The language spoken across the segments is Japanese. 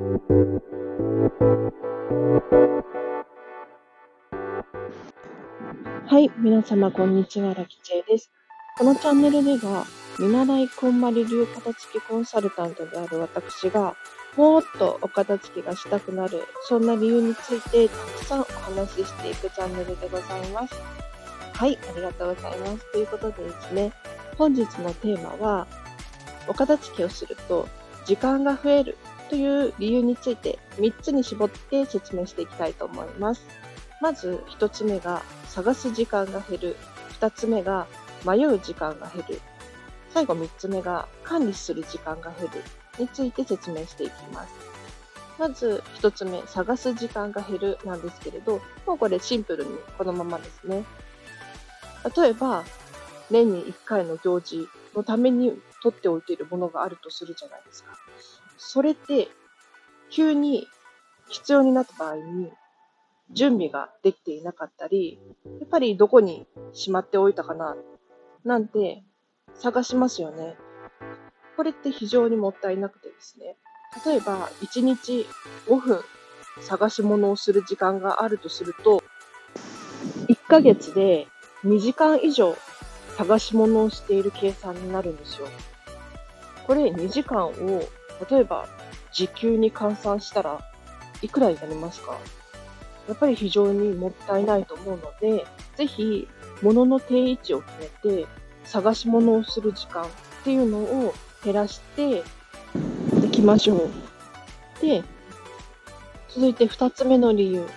はい、皆様こんにちは、ラキチェです。このチャンネルでは、見習いこんまり流片付きコンサルタントである私が、もっとお片付けがしたくなる、そんな理由についてたくさんお話ししていくチャンネルでございます。はい、ありがとうございます。ということでですね、本日のテーマは、お片付けをすると時間が増えるという理由について3つに絞って説明していきたいと思います。まず1つ目が探す時間が減る。2つ目が迷う時間が減る。最後3つ目が管理する時間が減るについて説明していきます。まず1つ目、探す時間が減るなんですけれど、もうこれシンプルにこのままですね。例えば、年に1回の行事のために取っておいているものがあるとするじゃないですか。それって急に必要になった場合に準備ができていなかったり、やっぱりどこにしまっておいたかななんて探しますよね。これって非常にもったいなくてですね。例えば1日5分探し物をする時間があるとすると、1ヶ月で2時間以上探し物をしている計算になるんですよ。これ2時間を例えば時給に換算したらいくらになりますか？やっぱり非常にもったいないと思うので、ぜひ物の定位置を決めて探し物をする時間っていうのを減らしていきましょう。で、続いて2つ目の理由。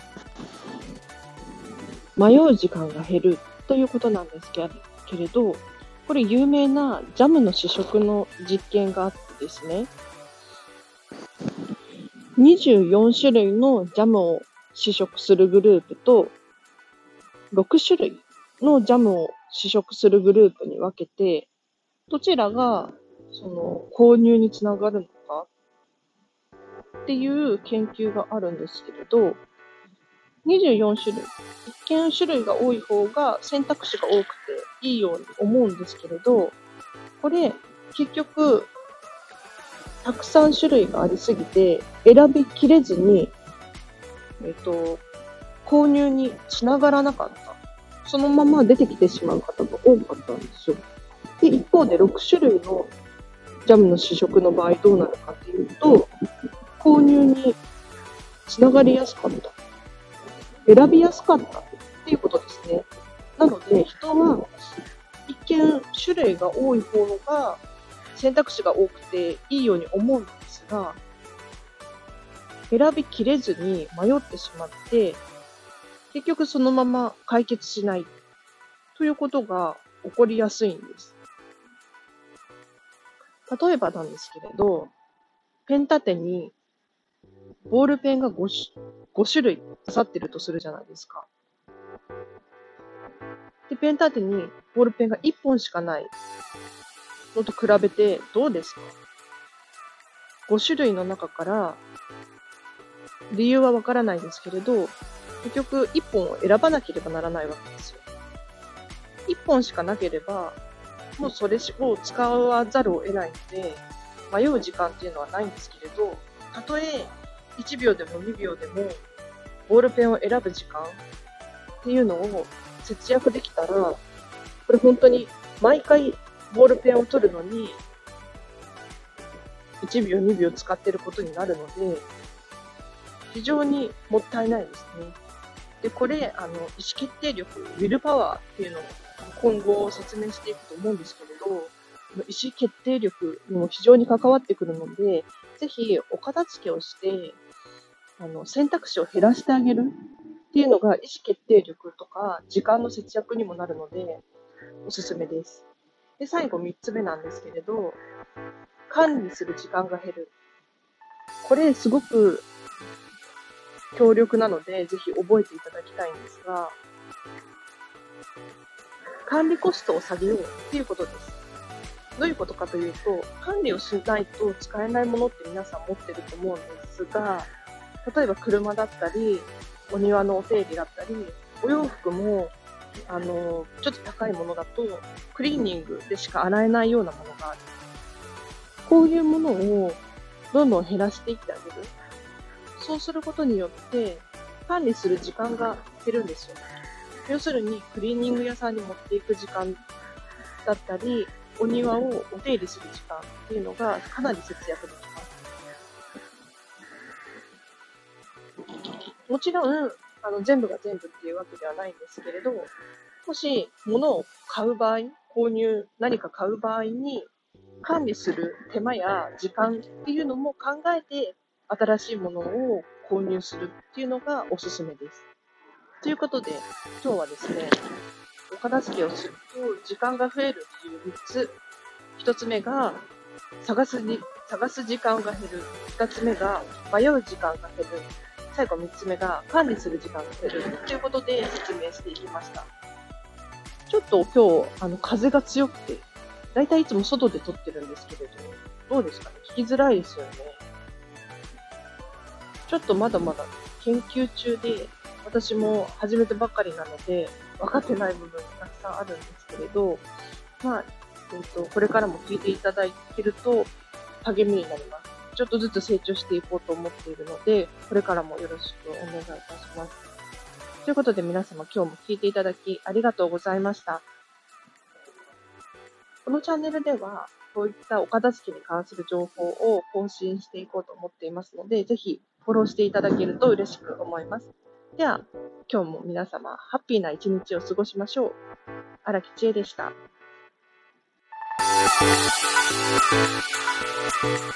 迷う時間が減るということなんですけれど、これ有名なジャムの試食の実験があってですね、24種類のジャムを試食するグループと、6種類のジャムを試食するグループに分けて、どちらがその購入につながるのかっていう研究があるんですけれど、24種類。一見種類が多い方が選択肢が多くていいように思うんですけれど、これ結局たくさん種類がありすぎて選びきれずに、購入につながらなかった。そのまま出てきてしまう方が多かったんですよ。で、一方で6種類のジャムの試食の場合どうなるかっていうと、購入につながりやすかった。選びやすかったっていうことですね。なので、人は一見種類が多い方が選択肢が多くていいように思うんですが、選びきれずに迷ってしまって、結局そのまま解決しないということが起こりやすいんです。例えばなんですけれど、ペン立てにボールペンが5種類刺さってるとするじゃないですか。で、ペン立てにボールペンが1本しかないのと比べてどうですか？ 5 種類の中から理由はわからないですけれど、結局1本を選ばなければならないわけですよ。1本しかなければ、もうそれを使わざるを得ないので、迷う時間っていうのはないんですけれど、たとえ1秒でも2秒でもボールペンを選ぶ時間っていうのを節約できたら、これ本当に毎回ボールペンを取るのに1秒2秒使ってることになるので、非常にもったいないですね。で、これ、意思決定力、ウィルパワーっていうのを今後説明していくと思うんですけれど、意思決定力にも非常に関わってくるので、ぜひお片付けをして、選択肢を減らしてあげるっていうのが意思決定力とか時間の節約にもなるので、おすすめです。で、最後3つ目なんですけれど、管理する時間が減る。これすごく強力なので、ぜひ覚えていただきたいんですが、管理コストを下げようっていうことです。どういうことかというと、管理をしないと使えないものって皆さん持ってると思うんですが、例えば車だったり、お庭のお手入れだったり、お洋服も、ちょっと高いものだと、クリーニングでしか洗えないようなものがある。こういうものをどんどん減らしていってあげる。そうすることによって管理する時間が減るんですよ。要するにクリーニング屋さんに持っていく時間だったり、お庭をお手入れする時間っていうのがかなり節約できます。もちろん、全部が全部っていうわけではないんですけれど、もし物を買う場合、何か買う場合に管理する手間や時間っていうのも考えて、新しいものを購入するっていうのがおすすめです。ということで、今日はですね、お片付けをすると時間が増えるっていう3つ。1つ目が探す時間が減る。2つ目が迷う時間が減る。最後3つ目が管理する時間が減る。ということで説明していきました。ちょっと今日、風が強くて、だいたいいつも外で撮ってるんですけれど、どうですかね、聞きづらいですよね。ちょっとまだまだ研究中で、私も始めてばっかりなので、分かってない部分たくさんあるんですけれど、まあ、これからも聞いていただけると励みになります。ちょっとずつ成長していこうと思っているので、これからもよろしくお願いいたします。ということで皆様今日も聞いていただきありがとうございました。このチャンネルでは、こういったお片付けに関する情報を更新していこうと思っていますので、ぜひフォローしていただけると嬉しく思います。では、今日も皆様、ハッピーな一日を過ごしましょう。荒木千恵でした。